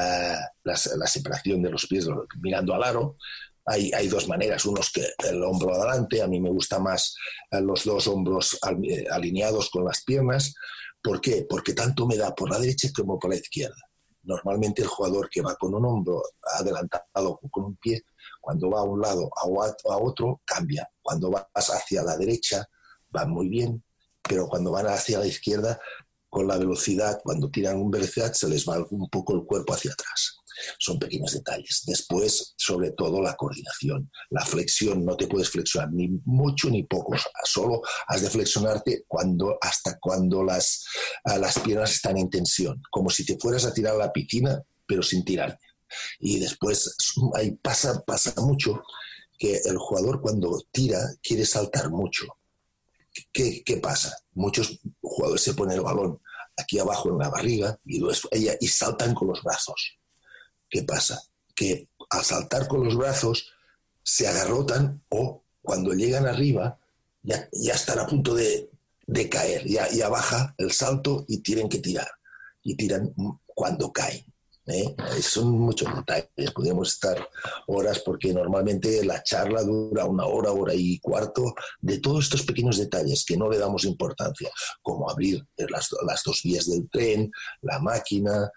la separación de los pies mirando al aro. Hay dos maneras, unos que el hombro adelante, a mí me gusta más los dos hombros alineados con las piernas. ¿Por qué? Porque tanto me da por la derecha como por la izquierda. Normalmente el jugador que va con un hombro adelantado con un pie, cuando va a un lado a otro, cambia. Cuando vas hacia la derecha, va muy bien, pero cuando van hacia la izquierda, con la velocidad, cuando tiran un velocidad, se les va un poco el cuerpo hacia atrás. Son pequeños detalles. Después, sobre todo, la coordinación. La flexión, no te puedes flexionar ni mucho ni poco. Solo has de flexionarte hasta cuando las piernas están en tensión. Como si te fueras a tirar a la piscina, pero sin tirarte. Y después, ahí pasa mucho que el jugador cuando tira quiere saltar mucho. ¿Qué pasa? Muchos jugadores se ponen el balón aquí abajo en la barriga y saltan con los brazos. ¿Qué pasa? Que al saltar con los brazos se agarrotan o cuando llegan arriba ya están a punto de caer, ya baja el salto y tienen que tirar. Y tiran cuando caen. Son muchos detalles, podríamos estar horas porque normalmente la charla dura una hora, hora y cuarto de todos estos pequeños detalles que no le damos importancia, como abrir las dos vías del tren, la máquina,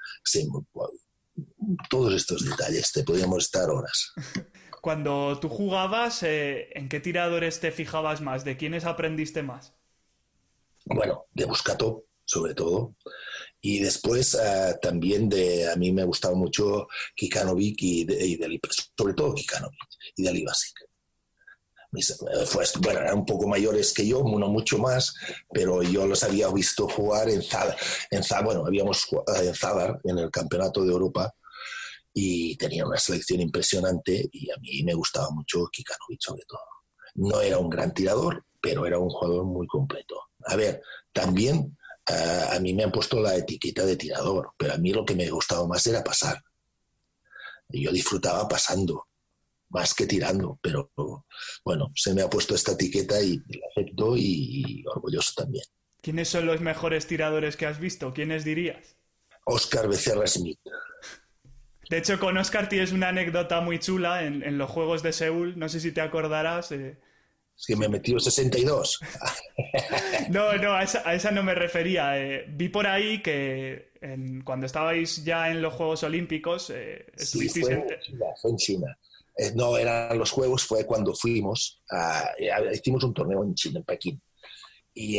todos estos detalles, te podríamos estar horas. Cuando tú jugabas, ¿en qué tiradores te fijabas más? ¿De quiénes aprendiste más? Bueno, de Buscato, sobre todo. Y después también a mí me gustaba mucho Kikanovic sobre todo Kikanovic y Delibasic. Bueno, eran un poco mayores que yo, no mucho más, pero yo los había visto jugar en Zadar. Bueno, habíamos jugado en Zadar, en el Campeonato de Europa, y tenía una selección impresionante y a mí me gustaba mucho Kikanovic sobre todo. No era un gran tirador, pero era un jugador muy completo. A ver, también a mí me han puesto la etiqueta de tirador, pero a mí lo que me gustaba más era pasar. Yo disfrutaba pasando, más que tirando, pero bueno, se me ha puesto esta etiqueta y la acepto y orgulloso también. ¿Quiénes son los mejores tiradores que has visto? ¿Quiénes dirías? Óscar Becerra Smith. De hecho, con Óscar tienes una anécdota muy chula en los Juegos de Seúl, no sé si te acordarás. Es que me metió 62. No, a esa no me refería. Vi por ahí que cuando estabais ya en los Juegos Olímpicos, estuvisteis fue en China. No eran los Juegos, fue cuando fuimos, hicimos un torneo en China, en Pekín. Y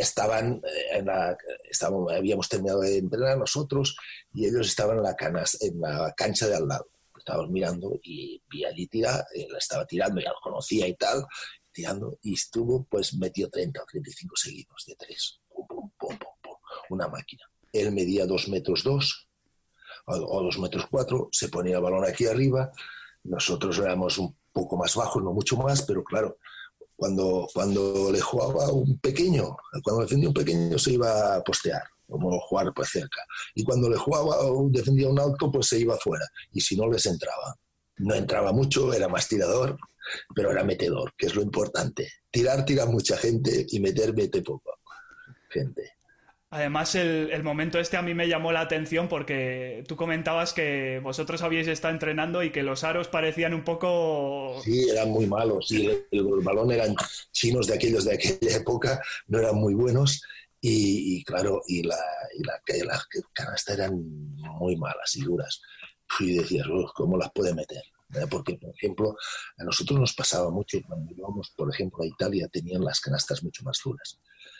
habíamos terminado de entrenar nosotros y ellos estaban en la cancha de al lado. Estábamos mirando y vi allí tirar, la estaba tirando, ya lo conocía y tal, tirando, y pues metió 30 o 35 seguidos de 3. Pum, pum, pum, pum, pum. Una máquina. Él medía 2,2 metros o 2,4 metros, se ponía el balón aquí arriba, nosotros éramos un poco más bajos, no mucho más, pero claro, cuando le jugaba un pequeño, cuando defendía un pequeño se iba a postear, como jugar pues cerca, y cuando le jugaba defendía un alto pues se iba fuera, y si no les entraba. No entraba mucho, era más tirador, pero era metedor, que es lo importante. Tira mucha gente y mete poco gente. Además, el momento a mí me llamó la atención porque tú comentabas que vosotros habíais estado entrenando y que los aros parecían un poco... Sí, eran muy malos. Sí, el balón eran chinos de aquella época, no eran muy buenos y claro, y la canasta eran muy malas y duras. Y decías, ¿cómo las puede meter? Porque, por ejemplo, a nosotros nos pasaba mucho cuando íbamos, por ejemplo, a Italia, tenían las canastas mucho más duras.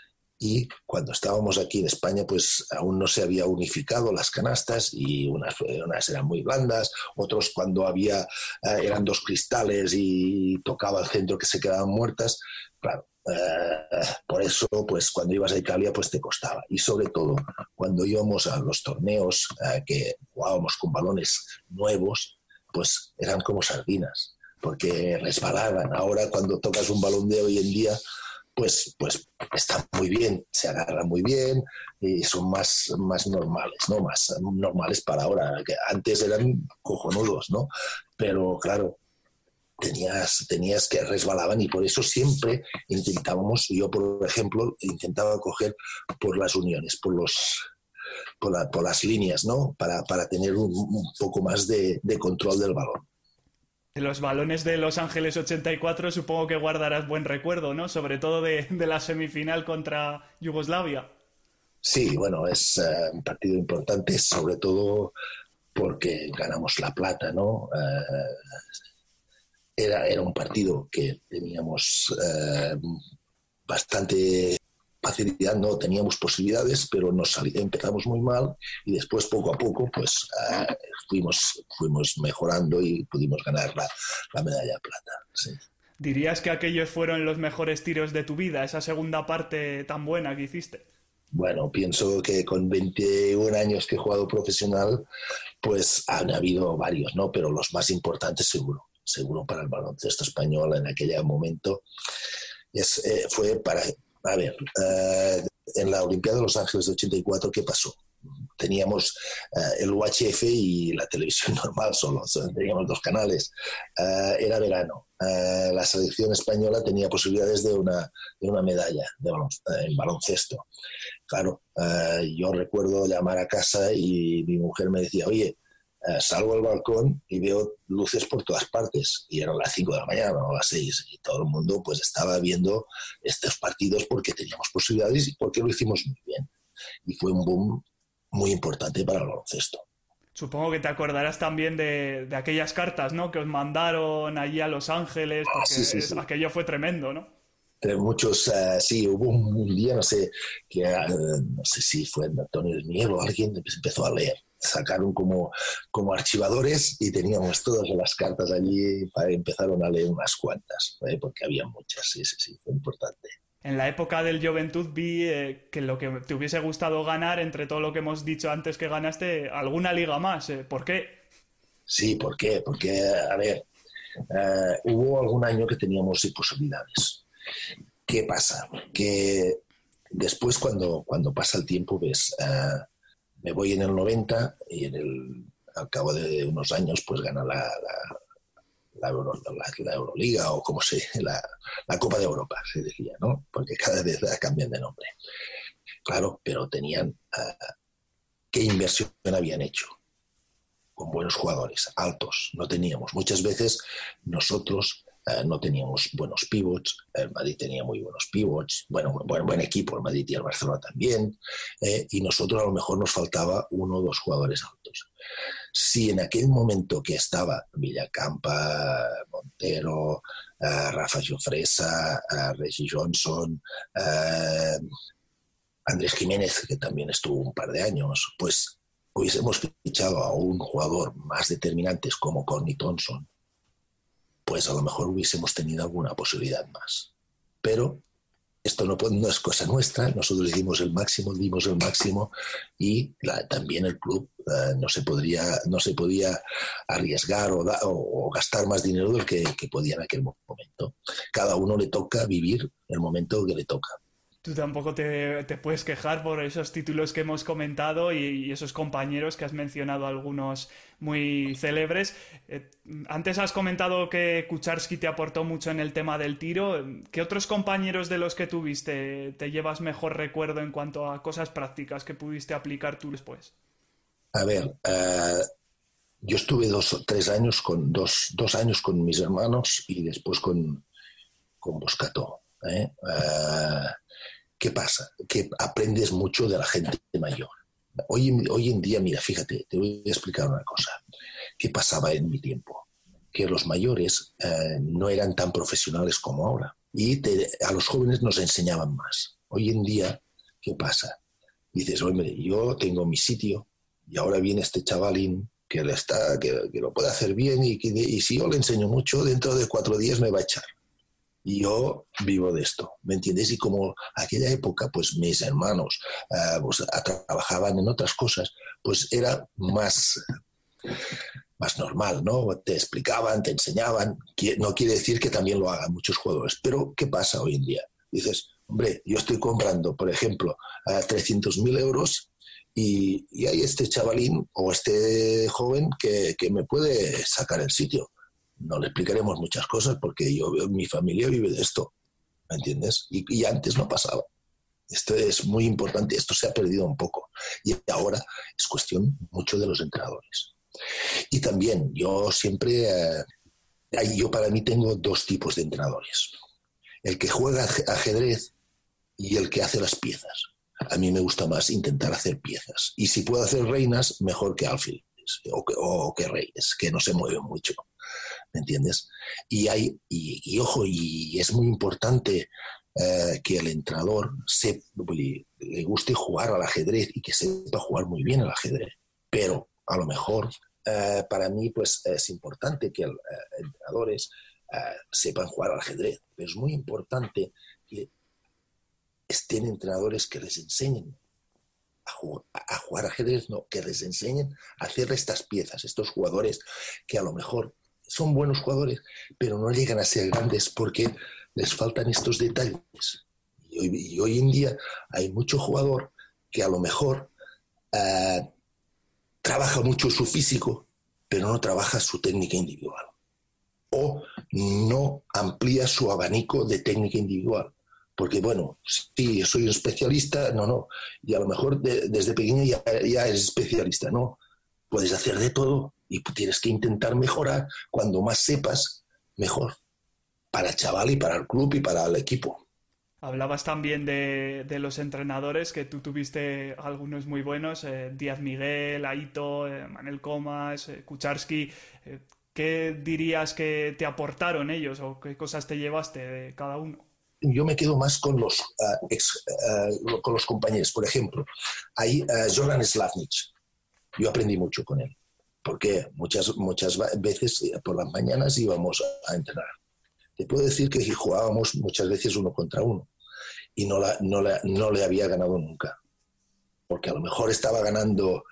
Y cuando estábamos aquí en España, pues aún no se había unificado las canastas y unas eran muy blandas, otros cuando eran 2 cristales y tocaba el centro que se quedaban muertas. Claro, por eso pues cuando ibas a Italia pues te costaba. Y sobre todo cuando íbamos a los torneos que jugábamos con balones nuevos, pues eran como sardinas, porque resbalaban. Ahora cuando tocas un balón de hoy en día, pues están muy bien, se agarran muy bien y son más normales, ¿no? Más normales para ahora, que antes eran cojonudos, ¿no? Pero claro, tenías que resbalaban y por eso siempre intentábamos, yo por ejemplo, intentaba coger por las uniones, por las líneas, ¿no? Para tener un poco más de control del balón. De los balones de Los Ángeles 84 supongo que guardarás buen recuerdo, ¿no? Sobre todo de la semifinal contra Yugoslavia. Sí, bueno, es un partido importante, sobre todo porque ganamos la plata, ¿no? Era un partido que teníamos bastante facilidad, no teníamos posibilidades, pero empezamos muy mal y después poco a poco pues fuimos mejorando y pudimos ganar la medalla de plata. Sí. ¿Dirías que aquellos fueron los mejores tiros de tu vida, esa segunda parte tan buena que hiciste? Bueno, pienso que con 21 años que he jugado profesional, pues han habido varios, ¿no? Pero los más importantes seguro para el baloncesto español en aquel momento fue para... A ver, en la Olimpiada de Los Ángeles de 84, ¿qué pasó? Teníamos el UHF y la televisión normal solo, teníamos 2 canales. Era verano. La selección española tenía posibilidades de una medalla en baloncesto. Claro, yo recuerdo llamar a casa y mi mujer me decía, oye, salgo al balcón y veo luces por todas partes y eran las 5 de la mañana o las 6 y todo el mundo pues estaba viendo estos partidos porque teníamos posibilidades y porque lo hicimos muy bien y fue un boom muy importante para el baloncesto. Supongo que te acordarás también de aquellas cartas, ¿no? Que os mandaron allí a Los Ángeles porque sí. Aquello fue tremendo, ¿no? Muchos, sí, hubo un día, no sé si fue Antonio del Niego o alguien empezó a leer. Sacaron como archivadores y teníamos todas las cartas allí, empezaron a leer unas cuantas, porque había muchas, sí, fue importante. En la época del Juventud vi que lo que te hubiese gustado ganar, entre todo lo que hemos dicho antes que ganaste, alguna liga más. ¿Por qué? Sí, ¿por qué? Porque, a ver, hubo algún año que teníamos imposibilidades. ¿Qué pasa? Que después cuando pasa el tiempo ves... me voy en el 90 y al cabo de unos años pues gana la Euroliga o como la Copa de Europa, se decía, ¿no? Porque cada vez cambian de nombre. Claro, pero tenían... ¿qué inversión habían hecho? Con buenos jugadores, altos. No teníamos. Muchas veces nosotros... no teníamos buenos pivots, el Madrid tenía muy buenos pivots, buen equipo, el Madrid y el Barcelona también, y nosotros a lo mejor nos faltaba 1 o 2 jugadores altos. Si en aquel momento que estaba Villacampa, Montero, Rafa Jofresa, Reggie Johnson, Andrés Jiménez, que también estuvo un par de años, pues hubiésemos fichado a un jugador más determinante como Connie Thompson, pues a lo mejor hubiésemos tenido alguna posibilidad más. Pero esto no es cosa nuestra, nosotros dimos el máximo y también el club no se podía arriesgar o gastar más dinero del que podía en aquel momento. Cada uno le toca vivir el momento que le toca. Tú tampoco te puedes quejar por esos títulos que hemos comentado y esos compañeros que has mencionado, algunos muy célebres. Antes has comentado que Kucharski te aportó mucho en el tema del tiro. ¿Qué otros compañeros de los que tuviste te llevas mejor recuerdo en cuanto a cosas prácticas que pudiste aplicar tú después? A ver, yo estuve 2 o 3 años dos años con mis hermanos y después con Boscató. ¿Qué pasa? Que aprendes mucho de la gente mayor. Hoy en día, mira, fíjate, te voy a explicar una cosa. ¿Qué pasaba en mi tiempo? Que los mayores no eran tan profesionales como ahora y a los jóvenes nos enseñaban más. Hoy en día ¿qué pasa? Dices, hombre, yo tengo mi sitio y ahora viene este chavalín que lo puede hacer bien y si yo le enseño mucho, dentro de 4 días me va a echar. Y yo vivo de esto, ¿me entiendes? Y como aquella época, pues mis hermanos pues, trabajaban en otras cosas, pues era más normal, ¿no? Te explicaban, te enseñaban. No quiere decir que también lo hagan muchos jugadores. Pero, ¿qué pasa hoy en día? Dices, hombre, yo estoy comprando, por ejemplo, 300.000 euros y hay este chavalín o este joven que me puede sacar el sitio. No le explicaremos muchas cosas porque mi familia vive de esto, ¿me entiendes? Y antes no pasaba. Esto es muy importante, esto se ha perdido un poco. Y ahora es cuestión mucho de los entrenadores. Y también yo siempre, yo para mí tengo 2 tipos de entrenadores. El que juega ajedrez y el que hace las piezas. A mí me gusta más intentar hacer piezas. Y si puedo hacer reinas, mejor que alfiles o que reyes, que no se mueven mucho. ¿Me entiendes? Y ojo, y es muy importante que el entrenador le guste jugar al ajedrez y que sepa jugar muy bien al ajedrez. Pero a lo mejor para mí pues es importante que entrenadores sepan jugar al ajedrez. Pero es muy importante que estén entrenadores que les enseñen a jugar ajedrez, no, que les enseñen a hacer estas piezas, estos jugadores que a lo mejor son buenos jugadores, pero no llegan a ser grandes porque les faltan estos detalles. Y hoy en día hay mucho jugador que a lo mejor trabaja mucho su físico, pero no trabaja su técnica individual. O no amplía su abanico de técnica individual. Porque, bueno, sí, soy un especialista, no. Y a lo mejor desde pequeño ya eres especialista, no. Puedes hacer de todo y tienes que intentar mejorar. Cuando más sepas, mejor. Para el chaval y para el club y para el equipo. Hablabas también de los entrenadores, que tú tuviste algunos muy buenos, Díaz Miguel, Aito, Manel Comas, Kucharski. ¿Qué dirías que te aportaron ellos o qué cosas te llevaste de cada uno? Yo me quedo más con los compañeros. Por ejemplo, hay Zoran Slavnic. Yo aprendí mucho con él, porque muchas veces por las mañanas íbamos a entrenar. Te puedo decir que jugábamos muchas veces 1 contra 1 y no le había ganado nunca, porque a lo mejor estaba ganando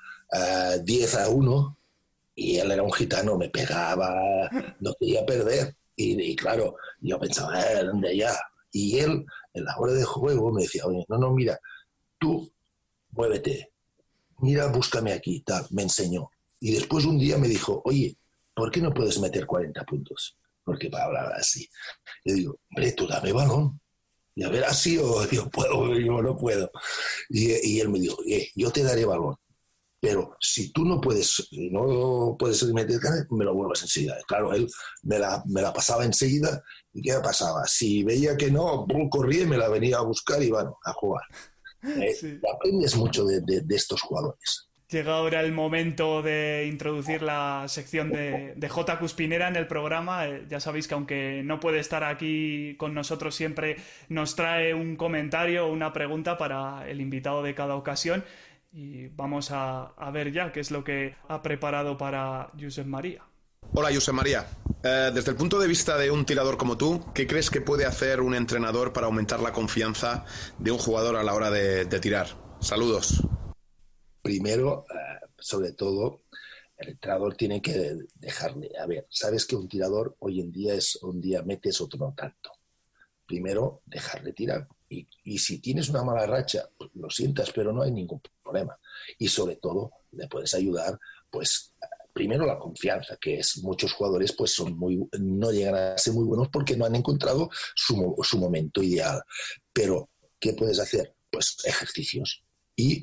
10-1 y él era un gitano, me pegaba, no quería perder. Y claro, yo pensaba, ¿dónde ya? Y él, en la hora de juego, me decía, oye, no, mira, tú muévete, mira, búscame aquí, tal, me enseñó. Y después un día me dijo, oye, ¿por qué no puedes meter 40 puntos? Porque hablaba así. Yo digo, hombre, tú dame balón. Y a ver, así o yo puedo, yo no puedo. Y él me dijo, yo te daré balón. Pero si tú no puedes meter, me lo vuelvas enseguida. Claro, él me la pasaba enseguida. ¿Y qué pasaba? Si veía que no, corría y me la venía a buscar y bueno, a jugar. Sí. Aprendes mucho de estos jugadores. Llega ahora el momento de introducir la sección de J. Cuspinera en el programa. Ya sabéis que aunque no puede estar aquí con nosotros siempre, nos trae un comentario o una pregunta para el invitado de cada ocasión. Y vamos a ver ya qué es lo que ha preparado para Josep María. Hola, Josep María. Desde el punto de vista de un tirador como tú, ¿qué crees que puede hacer un entrenador para aumentar la confianza de un jugador a la hora de tirar? Saludos. Primero, sobre todo, el entrenador tiene que dejarle. A ver, sabes que un tirador hoy en día un día metes, otro no tanto. Primero, dejarle tirar. Y si tienes una mala racha, pues lo sientas, pero no hay ningún problema. Y sobre todo, le puedes ayudar, pues, primero la confianza, que es muchos jugadores pues no llegan a ser muy buenos porque no han encontrado su momento ideal. Pero, ¿qué puedes hacer? Pues ejercicios y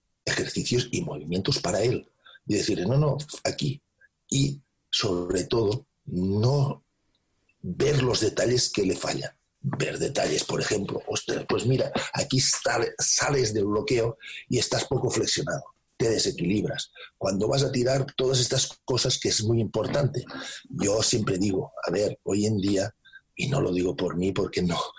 movimientos para él. Y decirle, no, aquí. Y, sobre todo, no ver los detalles que le fallan. Ver detalles, por ejemplo, ostras, pues mira, aquí sales del bloqueo y estás poco flexionado, te desequilibras. Cuando vas a tirar, todas estas cosas que es muy importante. Yo siempre digo, a ver, hoy en día, y no lo digo por mí porque no,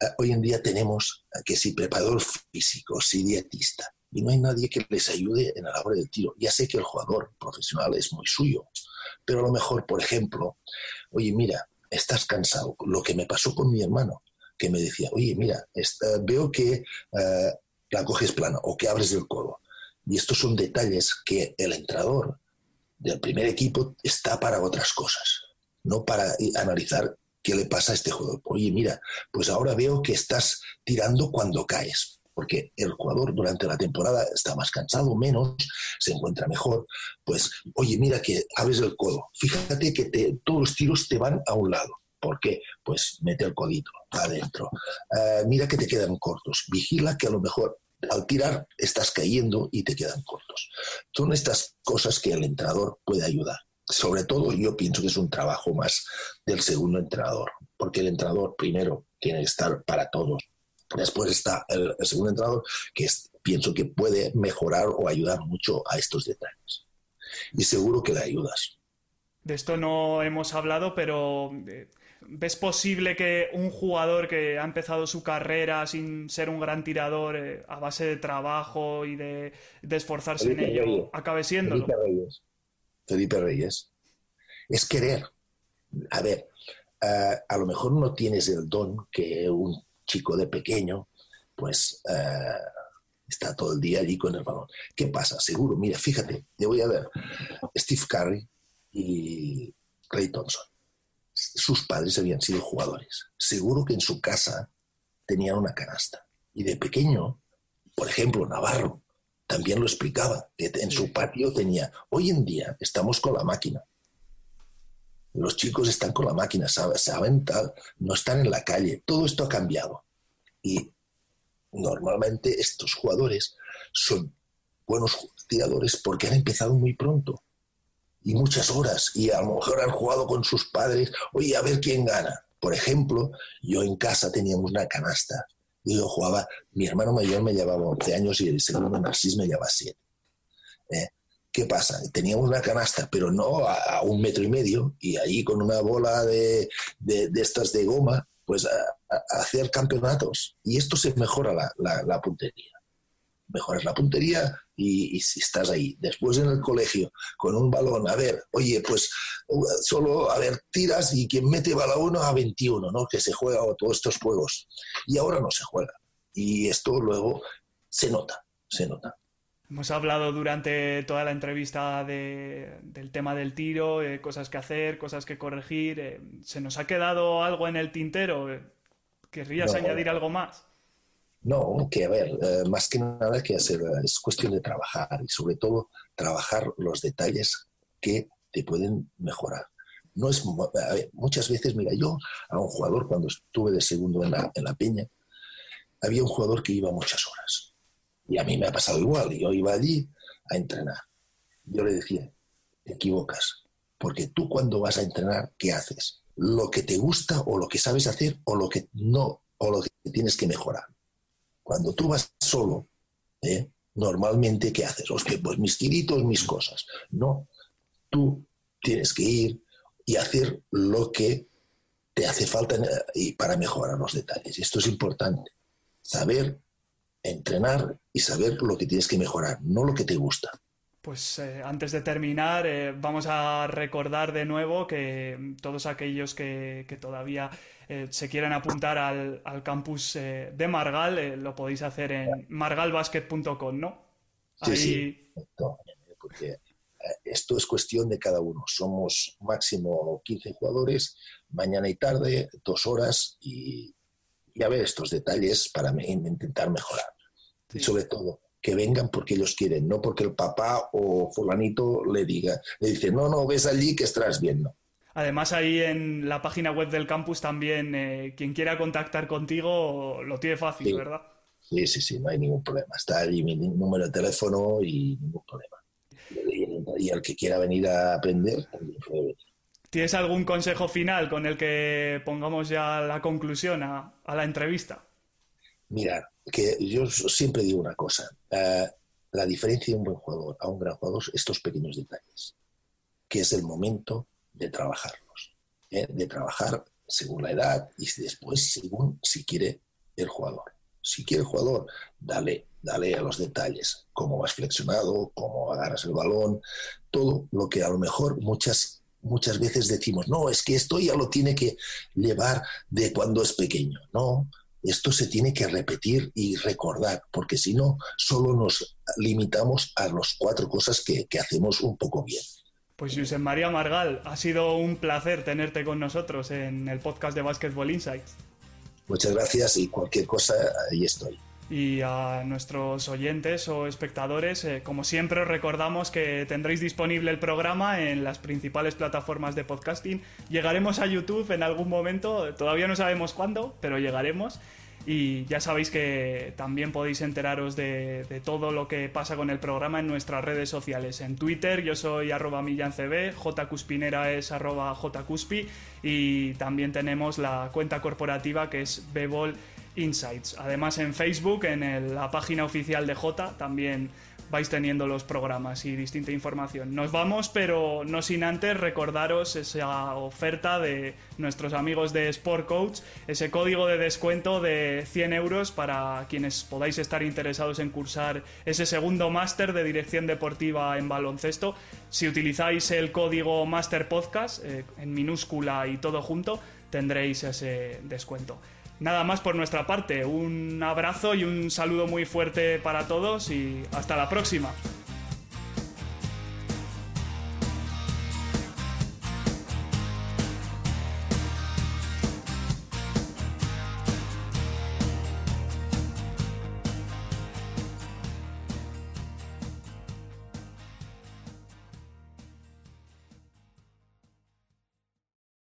Hoy en día tenemos que si preparador físico, si dietista, y no hay nadie que les ayude en la hora del tiro. Ya sé que el jugador profesional es muy suyo, pero a lo mejor, por ejemplo, oye, mira, estás cansado. Lo que me pasó con mi hermano, que me decía, oye, mira, veo que la coges plana o que abres el codo. Y estos son detalles que el entrenador del primer equipo está para otras cosas, no para analizar qué le pasa a este jugador. Oye, mira, pues ahora veo que estás tirando cuando caes, porque el jugador durante la temporada está más cansado, menos, se encuentra mejor. Pues, oye, mira que abres el codo. Fíjate que todos los tiros te van a un lado. ¿Por qué? Pues mete el codito adentro. Mira que te quedan cortos. Vigila que a lo mejor al tirar estás cayendo y te quedan cortos. Son estas cosas que el entrenador puede ayudar. Sobre todo yo pienso que es un trabajo más del segundo entrenador, porque el entrenador primero tiene que estar para todos. Después está el segundo entrenador que pienso que puede mejorar o ayudar mucho a estos detalles. Y seguro que le ayudas. De esto no hemos hablado, pero ¿ves posible que un jugador que ha empezado su carrera sin ser un gran tirador, a base de trabajo y de esforzarse Felipe en ello, Reyes. acabe siéndolo? Felipe Reyes. Es querer. A ver, a lo mejor no tienes el don que un chico de pequeño, pues está todo el día allí con el balón. ¿Qué pasa? Seguro, mira, fíjate, te voy a ver. Steve Curry y Klay Thompson. Sus padres habían sido jugadores. Seguro que en su casa tenían una canasta. Y de pequeño, por ejemplo, Navarro también lo explicaba, que en su patio tenía. Hoy en día estamos con la máquina. Los chicos están con la máquina, saben tal, no están en la calle. Todo esto ha cambiado. Y normalmente estos jugadores son buenos tiradores porque han empezado muy pronto. Y muchas horas. Y a lo mejor han jugado con sus padres. Oye, a ver quién gana. Por ejemplo, yo en casa teníamos una canasta. Y yo jugaba, mi hermano mayor me llevaba 11 años y el segundo Narcís me llevaba 7. ¿Qué pasa? Teníamos una canasta, pero no a 1,5 metros, y ahí con una bola de estas de goma, pues a hacer campeonatos. Y esto se mejora la puntería. Mejoras la puntería y si estás ahí. Después en el colegio, con un balón, a ver, oye, pues solo, a ver, tiras y quien mete bala 1 a 21, ¿no? Que se juega todos estos juegos. Y ahora no se juega. Y esto luego se nota. Hemos hablado durante toda la entrevista del tema del tiro, cosas que hacer, cosas que corregir. ¿Se nos ha quedado algo en el tintero? ¿Querrías añadir algo más? No, que a ver, más que nada que hacer, es cuestión de trabajar y sobre todo trabajar los detalles que te pueden mejorar. No es, a ver, muchas veces, mira, yo a un jugador cuando estuve de segundo en la Peña, había un jugador que iba muchas horas y a mí me ha pasado igual. Yo iba allí a entrenar. Yo le decía, te equivocas, porque tú cuando vas a entrenar, ¿qué haces? Lo que te gusta o lo que sabes hacer o lo que no, o lo que tienes que mejorar. Cuando tú vas solo, normalmente, ¿qué haces? Pues mis tiritos, mis cosas. No, tú tienes que ir y hacer lo que te hace falta y para mejorar los detalles. Y esto es importante. Saber entrenar y saber lo que tienes que mejorar, no lo que te gusta. Pues antes de terminar, vamos a recordar de nuevo que todos aquellos que todavía se quieran apuntar al campus de Margal, lo podéis hacer en margalbasket.com, ¿no? Sí, sí, porque esto es cuestión de cada uno. Somos máximo 15 jugadores, mañana y tarde, 2 horas, y a ver estos detalles para intentar mejorar. Sí. Y sobre todo, que vengan porque ellos quieren, no porque el papá o fulanito le dice, no, ves allí que estás bien, ¿no? Además, ahí en la página web del campus también, quien quiera contactar contigo lo tiene fácil, sí. ¿Verdad? Sí, no hay ningún problema. Está allí mi número de teléfono y ningún problema. Y el que quiera venir a aprender, también puede venir. ¿Tienes algún consejo final con el que pongamos ya la conclusión a la entrevista? Mira, que yo siempre digo una cosa. La diferencia de un buen jugador a un gran jugador, estos pequeños detalles, que es el momento de trabajarlos, de trabajar según la edad y después según si quiere el jugador. Si quiere el jugador, dale a los detalles, cómo vas flexionado, cómo agarras el balón, todo lo que a lo mejor muchas veces decimos, no, es que esto ya lo tiene que llevar de cuando es pequeño. No, esto se tiene que repetir y recordar, porque si no, solo nos limitamos a las 4 cosas que hacemos un poco bien. Pues Josep María Margal, ha sido un placer tenerte con nosotros en el podcast de Basketball Insights. Muchas gracias y cualquier cosa, ahí estoy. Y a nuestros oyentes o espectadores, como siempre os recordamos que tendréis disponible el programa en las principales plataformas de podcasting. Llegaremos a YouTube en algún momento, todavía no sabemos cuándo, pero llegaremos. Y ya sabéis que también podéis enteraros de todo lo que pasa con el programa en nuestras redes sociales. En Twitter yo soy @millancb, jcuspinera es @jcuspi, y también tenemos la cuenta corporativa que es Bebol Insights. Además en Facebook, en la página oficial de Jota, también vais teniendo los programas y distinta información. Nos vamos, pero no sin antes recordaros esa oferta de nuestros amigos de Sport Coach, ese código de descuento de 100 euros para quienes podáis estar interesados en cursar ese segundo máster de dirección deportiva en baloncesto. Si utilizáis el código MASTERPODCAST, en minúscula y todo junto, tendréis ese descuento. Nada más por nuestra parte, un abrazo y un saludo muy fuerte para todos y hasta la próxima.